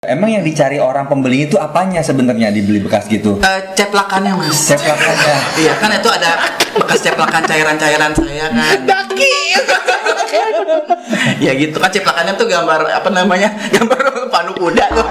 Emang yang dicari orang pembeli itu apanya sebenarnya dibeli bekas gitu? Ceplakannya mas. Ceplakannya. Iya kan itu ada bekas ceplakan cairan-cairan saya kan. Daki. Ya gitu kan ceplakannya tuh gambar apa namanya? Gambar panu kuda tuh.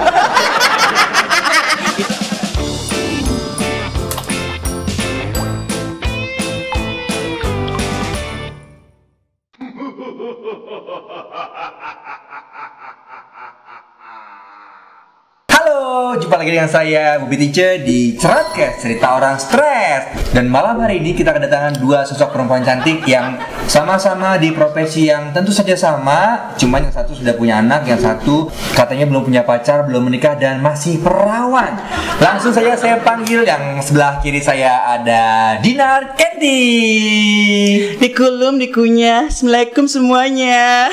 Halo, jumpa lagi dengan saya Bobby Tice di Ceratcast, cerita orang stres. Dan malam hari ini kita kedatangan dua sosok perempuan cantik yang sama-sama di profesi yang tentu saja sama. Cuman yang satu sudah punya anak, yang satu katanya belum punya pacar, belum menikah dan masih perawan. Langsung saja saya panggil yang sebelah kiri saya ada Dinar Candy. Dikulum dikunyah. Assalamualaikum semuanya.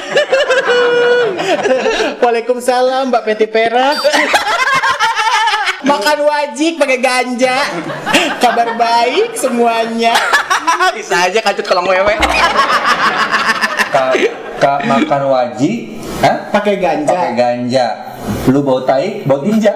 Waalaikumsalam Mbak Peti Pera. Makan wajik pakai ganja. Kabar baik semuanya. Bisa aja kancut kolong wewe. Kak makan wajib, Pakai ganja. pakai ganja. Lu bau tai, bau tinja.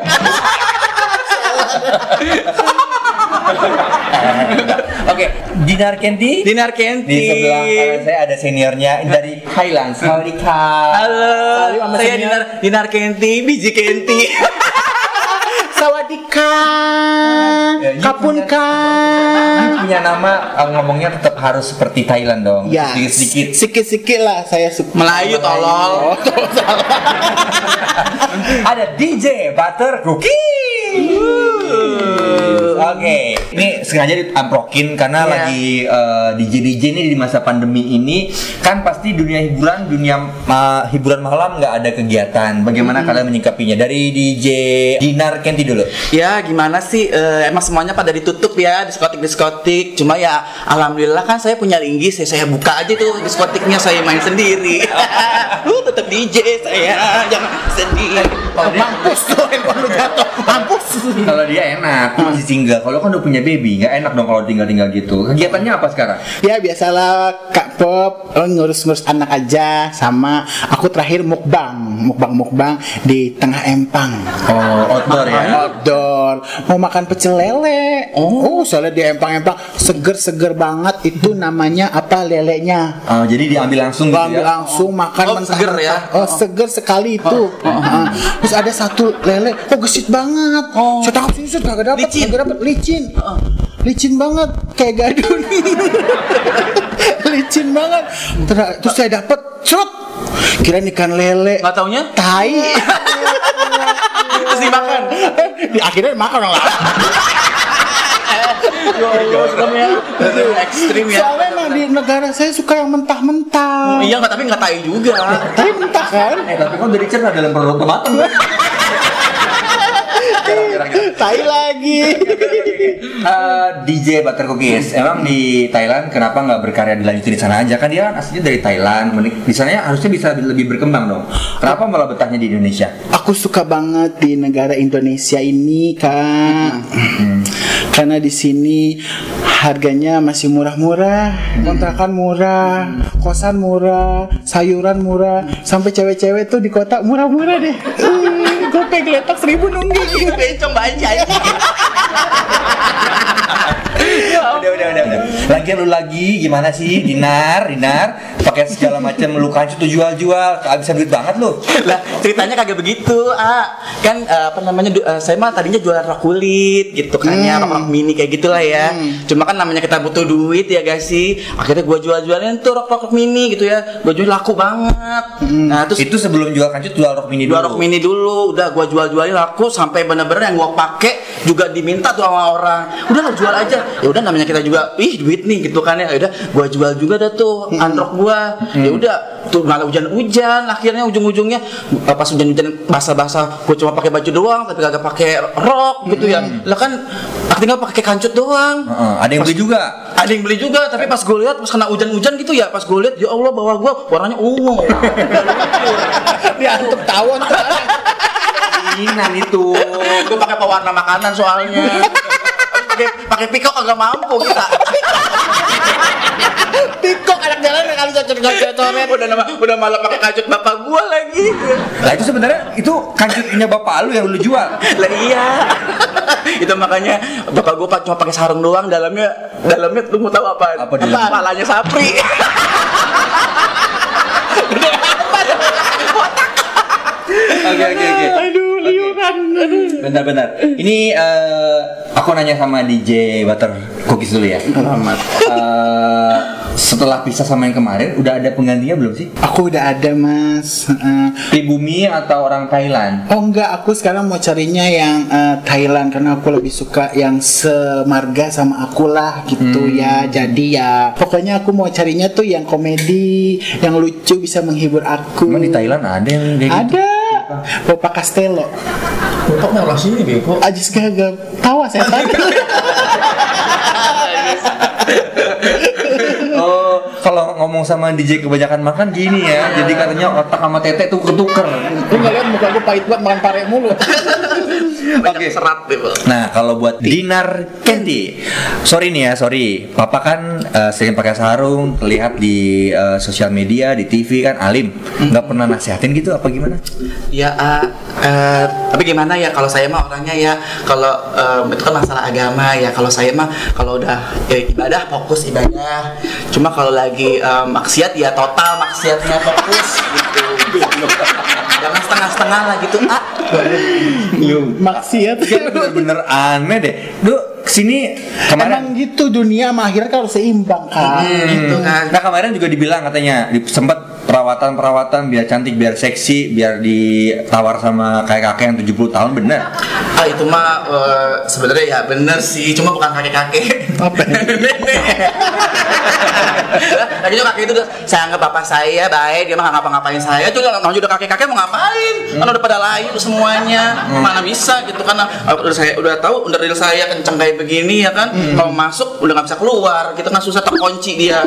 Oke, Dinar Candy. Dinar Candy. Di sebelah kanan saya ada seniornya dari Thailand. Sawadika. Halo, Sama saya senior. Dinar Candy, biji Candy. Sawadika. Ya, ini Kapunka. Ini punya nama, ngomongnya tetap harus seperti Thailand dong. Ya, Sedikit-sedikit. Sikit-sikit lah saya suka. Melayu tolol. Ada DJ Butter Cookie. Oke, ini sengaja diamprokin karena Iya. lagi DJ ini di masa pandemi ini kan pasti dunia hiburan malam nggak ada kegiatan. Bagaimana kalian menyikapinya? Dari DJ Dinar Candy dulu. Ya gimana sih, emang semuanya pada ditutup ya, diskotik. Cuma ya alhamdulillah kan saya punya linggis, saya buka aja tuh diskotiknya, saya main sendiri. Tetap DJ saya, jangan sedih. Mampus tuh handphone lu jatuh. Mampus. Kalau dia enak, masih single. Kalau kan udah punya baby, nggak enak dong kalau tinggal gitu. Kegiatannya apa sekarang? Ya biasalah Kak Pop, ngurus-ngurus anak aja. Sama aku terakhir mukbang di tengah empang. Oh, outdoor ya. Outdoor, mau makan pecel lele. Oh, soalnya di empang-empang seger-seger banget. Itu namanya apa lelenya? Oh, jadi diambil langsung gitu Ambil ya. langsung makan Oh, seger ya? Oh, seger sekali itu. Terus ada satu lele, oh gesit banget. Saya tangkap sini, saya kagak dapat, licin banget, kayak gadun. Licin banget. Terus saya dapat, cerut. Kirain ikan lele. Nggak taunya? Tai. Terus dimakan. Akhirnya makan orang lain. Ekstrim ya. Soalnya emang di negara saya suka yang mentah-mentah. Iya nggak, tapi nggak tai juga. Tapi mentah kan? Tapi kan udah dicerna dalam produk matang. Tai lagi. DJ Butter Cookies, emang di Thailand kenapa nggak berkarya dilanjutin di sana aja? Kan dia kan aslinya dari Thailand, di sana harusnya bisa lebih berkembang dong. Kenapa malah betahnya di Indonesia? Aku suka banget di negara Indonesia ini, Kak. Karena di sini harganya masih murah-murah, kontrakan murah, kosan murah, sayuran murah, sampai cewek-cewek tuh di kota murah-murah deh. Gope geletak 1.000 nungging. Bencong banyak. Udah. Lagian lu lagi gimana sih, Dinar pakai segala macam lu kancut tuh jual, kehabisan duit banget lu. Lah ceritanya kagak begitu, kan saya mah tadinya jualan rok kulit gitu kan ya, rok mini kayak gitulah ya. Cuma kan namanya kita butuh duit ya guys sih. Akhirnya gua jualin tuh rok mini gitu ya. Gua jual laku banget. Nah, terus Itu sebelum jual kancut jual rok mini dulu. jual rok mini dulu, udah gua jualin laku sampai bener-bener yang gua pakai juga diminta tuh sama orang. Udah lah jual aja. Ya udah namanya kita juga duit nih gitu kan ya. Ya udah gua jual juga dah tuh androk gua. Ya udah tuh malah hujan-hujan, akhirnya ujung-ujungnya pas hujan-hujan basah-basah gua cuma pakai baju doang tapi kagak pakai rok gitu ya. Lah kan tinggal pakai kancut doang. Ada yang beli juga. Ada yang beli juga, tapi pas gue lihat pas kena hujan-hujan gitu ya, pas gue lihat ya Allah bawah gue warnanya ungu. Diantuk tawon. Mainan itu. Gue pakai pewarna makanan soalnya. Pakai pikok agak mampu kita. Pikok anak jalan kali coret-coret. Udah malah pakai kancut bapak gua lagi. Lah itu sebenarnya itu kancutnya bapak lu yang lu jual. Lah iya. Itu makanya bapak gua cuma pakai sarung doang, dalamnya lu mau tahu apa? Apa dalamnya? Palanya sapri. Oke. Aduh, liuran. Bentar. Ini aku nanya sama DJ Butter Cookies dulu ya. Selamat. Setelah pisah sama yang kemarin, udah ada penggantinya belum sih? Aku udah ada, Mas. Pribumi atau orang Thailand? Oh enggak, aku sekarang mau carinya yang Thailand karena aku lebih suka yang semarga sama aku lah gitu ya. Jadi ya pokoknya aku mau carinya tuh yang komedi, yang lucu bisa menghibur aku. Emang di Thailand ada yang kayak gitu? Ada. Bapak Castello. Kok malah sini bego? Ajis kagak tawa setan. Oh, kalau ngomong sama DJ kebanyakan makan gini ya. Jadi katanya otak sama tete tuh ketuker. Lu enggak lihat muka gue pahit banget makan pare mulu. Oke, serat deh, Bang. Nah, kalau buat Dinar Candy, sorry, Papa kan sering pakai sarung, terlihat di sosial media, di TV kan alim, nggak pernah nasihatin gitu apa gimana? Ya, tapi gimana ya kalau saya mah orangnya ya kalau itu kan masalah agama ya. Kalau saya mah kalau udah ibadah fokus ibadah. Cuma kalau lagi maksiat ya total maksiatnya fokus gitu. Jangan setengah-setengah lah gitu. Maksiat Bener-bener aneh deh. Duh, kesini kemarin. emang gitu dunia sama akhirat kan harus seimbang kan. Gitu kan. Nah kemarin juga dibilang katanya sempat perawatan biar cantik, biar seksi, biar ditawar sama kayak kakek yang 70 tahun, bener? Itu mah sebenarnya ya bener sih, cuma bukan kakek-kakek. Apa? Lagi juga kakek itu saya anggap bapak saya baik, dia mah nggak ngapa-ngapain saya. Tuh kalau udah kakek-kakek mau ngapain? Kan udah pada lain tuh semuanya. Mana bisa gitu karena saya udah tahu udah real saya kenceng kayak begini ya kan. Kalau masuk udah nggak bisa keluar, gitu kan susah terkunci dia.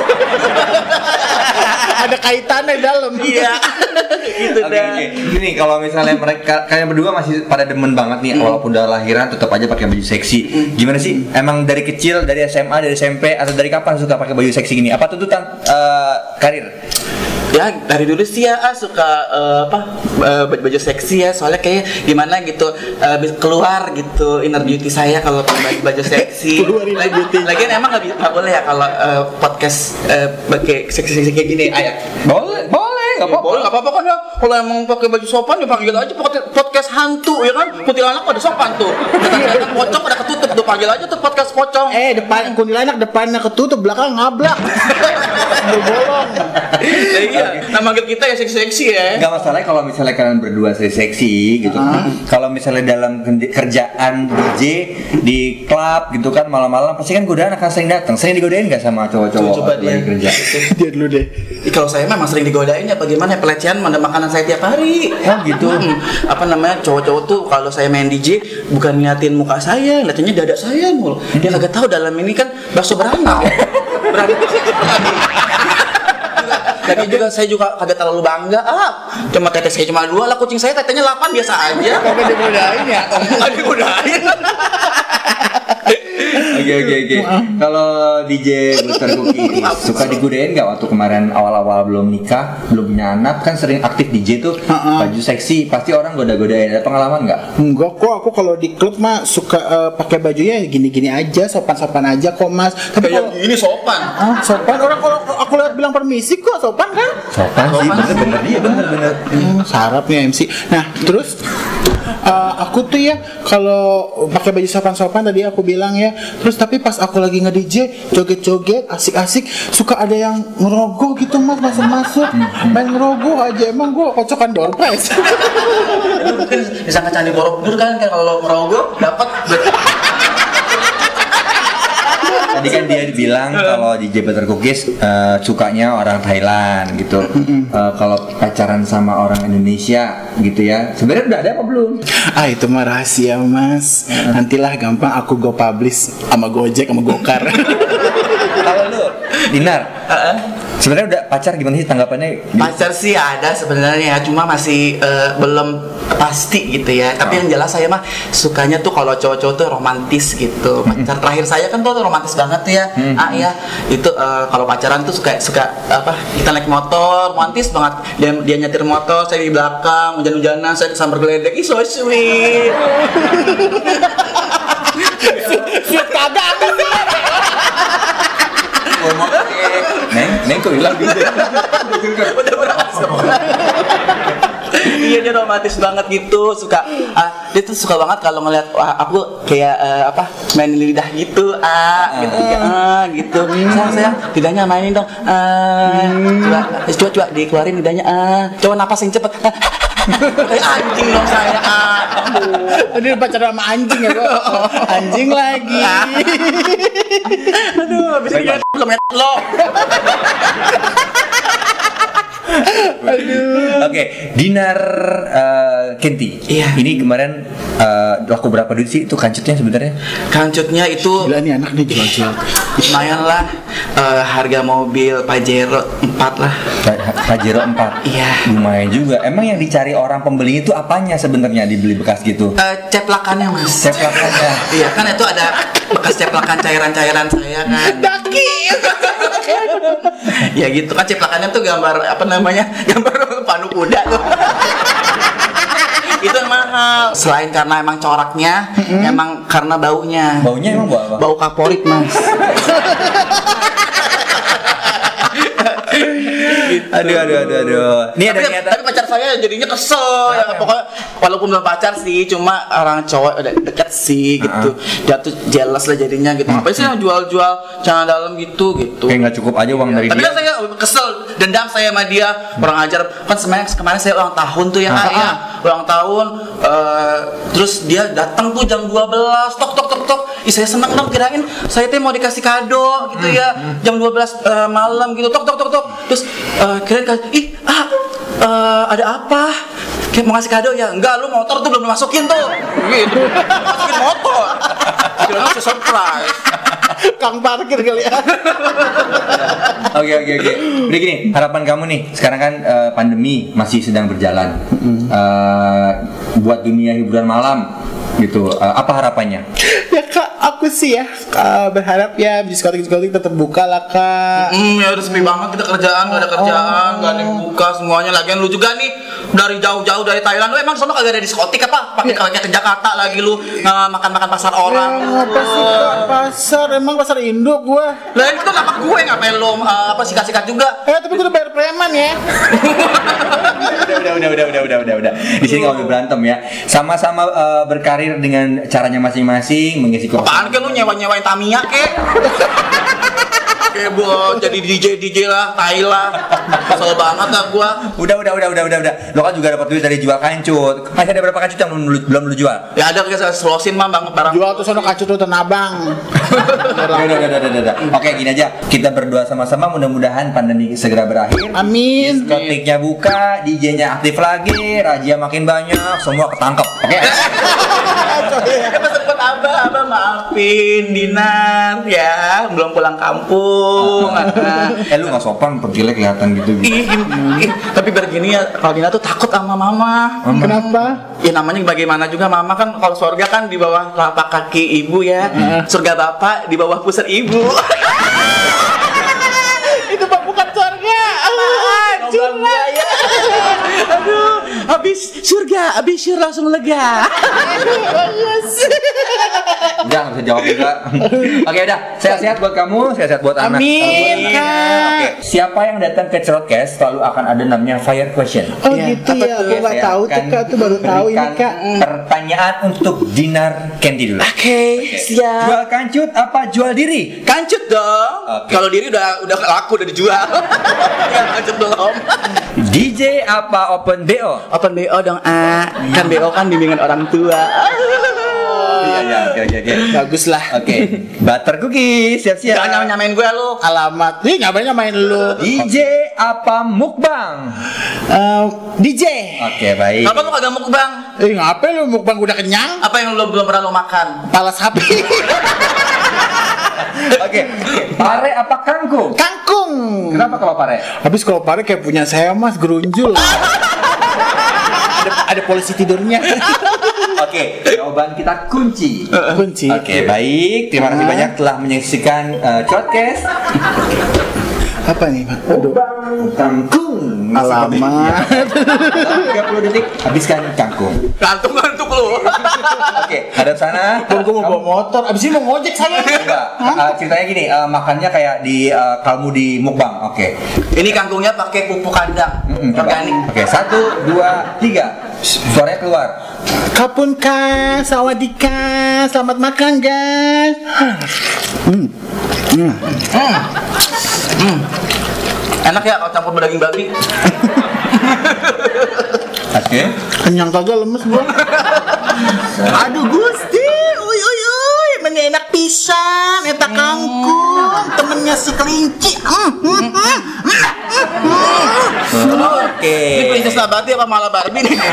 Ada kaitannya dalam. Iya. Gitu Oke. dah. Ini kalau misalnya mereka kalian berdua masih pada demen banget nih, walaupun udah lahiran tetap aja pakai baju seksi. Gimana sih? Emang dari kecil, dari SMA, dari SMP, atau dari kapan suka pakai baju seksi gini? Apa tuntutan karir? Ya dari dulu sih ya suka baju seksi ya, soalnya kayak gimana gitu keluar gitu inner beauty saya kalau pakai baju seksi. Keluar inner beauty. Lagian emang nggak boleh ya kalau podcast pakai seksi kayak gini ayah. Boleh, nggak apa-apa. Boleh nggak apa-apa kan ya. Kalau emang pakai baju sopan ya panggil aja podcast hantu ya kan. Kuntilanak pada sopan tuh. Kan pocong pada ketutup tuh, panggil aja tuh podcast pocong. Depan kuntilanak depannya ketutup, belakang ngablak. Bolong. Nah manggil kita ya seksi-seksi ya. Gak masalah kalau misalnya kalian berdua seksi gitu. Kalau misalnya dalam kerjaan DJ di klub gitu kan malam-malam pasti kan godaan akan sering datang. Sering digodain gak sama cowok-cowok Coba waktu lagi kerja? Dia dulu deh. Kalau saya memang sering digodain ya bagaimana pelecehan mana makanan saya tiap hari. Oh gitu. Apa namanya cowok-cowok tuh kalau saya main DJ bukan niatin muka saya, liatinnya dada saya mulu. Dia kagak tahu dalam ini kan bakso beranak. Beranak. Lagi juga saya juga kagak terlalu bangga. Cuma tete saya cuma 2 lah, kucing saya tetenya 8 biasa aja. Kagak digodain ya. Enggak digodain. Oke. Kalau DJ Butter Cookies suka digodain nggak waktu kemarin awal-awal belum nikah, belum punya anak kan sering aktif DJ tuh baju seksi pasti orang goda-godain. Ada pengalaman nggak? Enggak kok, aku kalau di klub mah suka pakai bajunya gini-gini aja, sopan-sopan aja kok Mas. Tapi Kayak kalau ini sopan. sopan orang kalau aku lihat bilang permisi kok sopan kan? Sopan sih, bener-bener dia bener-bener. Sarapnya MC. Nah terus aku tuh ya kalau pakai baju sopan-sopan tadi aku bilang ya. Terus tapi pas aku lagi nge-DJ joget-joget asik-asik suka ada yang ngerogoh gitu Mas masuk-masuk. Main ngerogoh aja emang gua kocokan door prize. Itu mungkin disangka Candi Borobudur kan kalau merogoh dapat. Tadi kan dia bilang kalau DJ Butter Cookies sukanya orang Thailand gitu. Kalau pacaran sama orang Indonesia gitu ya. Sebenarnya udah ada apa belum? Itu mah rahasia Mas. Nantilah gampang aku go publish sama Gojek sama Gokar. Kalau lu, Dinar, Sebenarnya udah pacar gimana sih tanggapannya? Pacar sih ada sebenarnya, cuma masih belum pasti gitu ya. Tapi yang jelas saya mah sukanya tuh kalau cowok-cowok tuh romantis gitu. Pacar terakhir saya kan tuh romantis banget tuh ya. Ya itu kalau pacaran tuh suka apa? Kita naik motor, romantis banget. Dia nyetir motor, saya di belakang, hujan-hujanan, saya kesambar geledek. Ih so sweet. Sweet kagak aku sih. Neng kok hilang gitu? Udah berhasil. Iya dia romantis banget gitu, dia tuh suka banget kalau ngeliat aku kayak main lidah gitu, gitu. Sayang, lidahnya mainin dong. Coba dikeluarin lidahnya. Coba napas yang cepet. Anjing dong saya. Aduh pacaran sama anjing ya kok. Anjing lagi. Aduh, bisa belum lihat lo. Oke, Dinar Kenti. Iya. Ini kemarin laku berapa duit sih itu kancutnya sebenarnya? Kancutnya itu Gila nih anak nih jual-jual. lumayan lah, harga mobil Pajero 4 lah. Pajero 4. Iya. Lumayan juga. Emang yang dicari orang pembeli itu apanya sebenarnya dibeli bekas gitu? Ceplakannya mas. Ceplakannya. Iya kan itu ada bekas ceplakan cairan-cairan saya kan. Daki. Ya gitu kan ceplakannya tuh gambar apa namanya, gambar panu kuda tuh. Itu yang mahal. Selain karena emang coraknya, emang karena baunya. Baunya emang bau apa? Bau kaporit mas. Aduh. Ini ada niatan. Tapi pacar saya jadinya kesel. Ya, pokoknya walaupun belum pacar sih, cuma orang cowok udah deket sih gitu. Dia tuh jealous lah jadinya gitu. Ngapain sih yang jual-jual celana dalam gitu. Kayak nggak cukup aja uang dari Tapi dia. kan saya kesel, dendam saya sama dia, kurang ajar. Kan kemarin saya ulang tahun tuh ya, ulang tahun. Terus dia datang tuh jam 12, tok. Ih saya seneng dong, kirain saya tuh mau dikasih kado gitu ya, jam 12 malam gitu, tok. Terus kirain ada apa? Kayak mau ngasih kado ya? Enggak, lu motor tuh belum dimasukin tuh. Gitu. Masukin motor. Kirain saya surprise. Kang parkir kali ya. Oke. Udah gini, harapan kamu nih. Sekarang kan pandemi masih sedang berjalan. Buat dunia hiburan malam gitu. Apa harapannya? Ya kak, aku sih ya berharap ya diskotik tetap buka lah kak. Ya udah sepi banget kita kerjaan, gak ada kerjaan, gak ada yang buka semuanya. Lagian lu juga nih dari jauh-jauh dari Thailand, lu emang sono kagak ada diskotik apa? Pakai ke Jakarta lagi lu makan pasar orang. Apa sih kak? Pasar emang pasar induk gua. Lah itu nama gue ngapain lu sikat-sikat juga? Tapi gua udah bayar preman ya. Udah. Di sini nggak boleh berantem ya. Sama-sama berkarir dengan caranya masing-masing, mengisi Apaan kan lu nyewain Tamiya kek? Kayak gua jadi DJ lah, tai lah. Kesel banget lah gua. Udah. Lo kan juga dapat duit dari jual kancut. Masih ada berapa kancut yang belum lu jual? Ya ada kita selosin mah barang. Jual tuh sono kacut tuh Tanah Abang. Udah. Oke, gini aja. Kita berdoa sama-sama mudah-mudahan pandemi segera berakhir. Amin. Diskotiknya buka, DJ-nya aktif lagi, razia makin banyak, semua ketangkep. Oke. Sempet abah maafin Dinar ya, belum pulang kampung. Lu nggak sopan, pergilnya kelihatan gitu. Tapi begini ya, kalau Dina tuh takut sama mama. Kenapa? Ya namanya bagaimana juga mama kan, kalau surga kan di bawah telapak kaki ibu ya. Surga bapak di bawah pusat ibu. Itu mah bukan surga. Cuma ya. Aduh, habis surga langsung lega. Udah, nggak bisa jawab juga. Oke, udah. Sehat-sehat buat kamu, sehat-sehat buat anak. Amin, Kak. Oke, siapa yang datang ke Cerotcast selalu akan ada namanya fire question. Oh gitu ya, aku nggak tahu tuh kak, tuh baru tahu ini kak. Pertanyaan untuk Dinar Kenti dulu. Oke, siap. Jual kancut apa jual diri? Kancut dong. Oke. Kalau diri udah laku, udah dijual. Ya kancut belum. DJ apa open BO? Open BO dong, kan BO kan bimbingan orang tua. Iya, oke. Bagus lah. Oke, butter cookies, siap-siap. Jangan nyamain gue lu. Alamat. Ih, ngapain nyamain lu? DJ apa mukbang? DJ. Oke, baik. Kenapa lu kagak mukbang? Ngapain lu mukbang udah kenyang? Apa yang lu belum pernah lu makan? Kepala sapi. Oke, pare apa kangkung? Kangkung. Kenapa kalau pare? Habis kalau pare kayak punya saya mas, gerunjul. ada polisi tidurnya. Oke, jawaban kita kunci. Kunci. Oke, baik. Terima kasih banyak telah menyaksikan Podcast. Apa nih Pak? Aduh. Kangkung. Alamak. 30 detik habiskan kangkung. Ngantuk lu. Oke, hadap sana. Gue mau bawa motor. Abis ini mau ngojek saya. Enggak. Ceritanya gini, makannya kayak di kamu di mukbang. Oke. Ini kangkungnya pakai pupuk kandang organik. Oke, 1, 2, 3. Suaranya keluar. Kapun kak, sawadika, selamat makan guys. Enak ya kalau campur daging babi. Oke. Kenyang kagak, lemes gua. Aduh Gusti, uy, mana enak pisan, eta kangkung, temennya si kelinci. Oke. Ini princess nabati apa malah Barbie nih?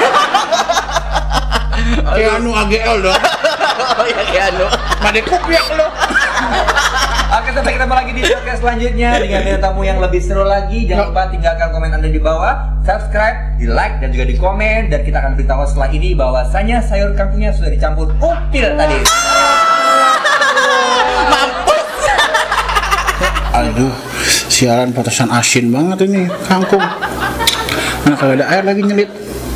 Keanu AGL dong. Oh iya Keanu. Made kupiak lo. Oke, sampai ketemu lagi di podcast selanjutnya dengan bintang tamu yang lebih seru lagi. Jangan lupa tinggalkan komen Anda di bawah, subscribe, di like dan juga di komen, dan kita akan beritahu setelah ini bahwasanya sayur kangkungnya sudah dicampur upil tadi. Mampus. Aduh, siaran potosan asin banget ini kangkung. Nah kalau ada air lagi nyelit.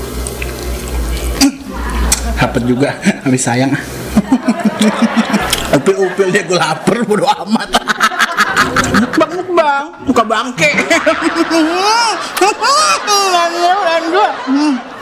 Hapet juga, habis sayang. Upil-upil dia gue lapar, bodo amat. Bang, suka bangke. Lanjut.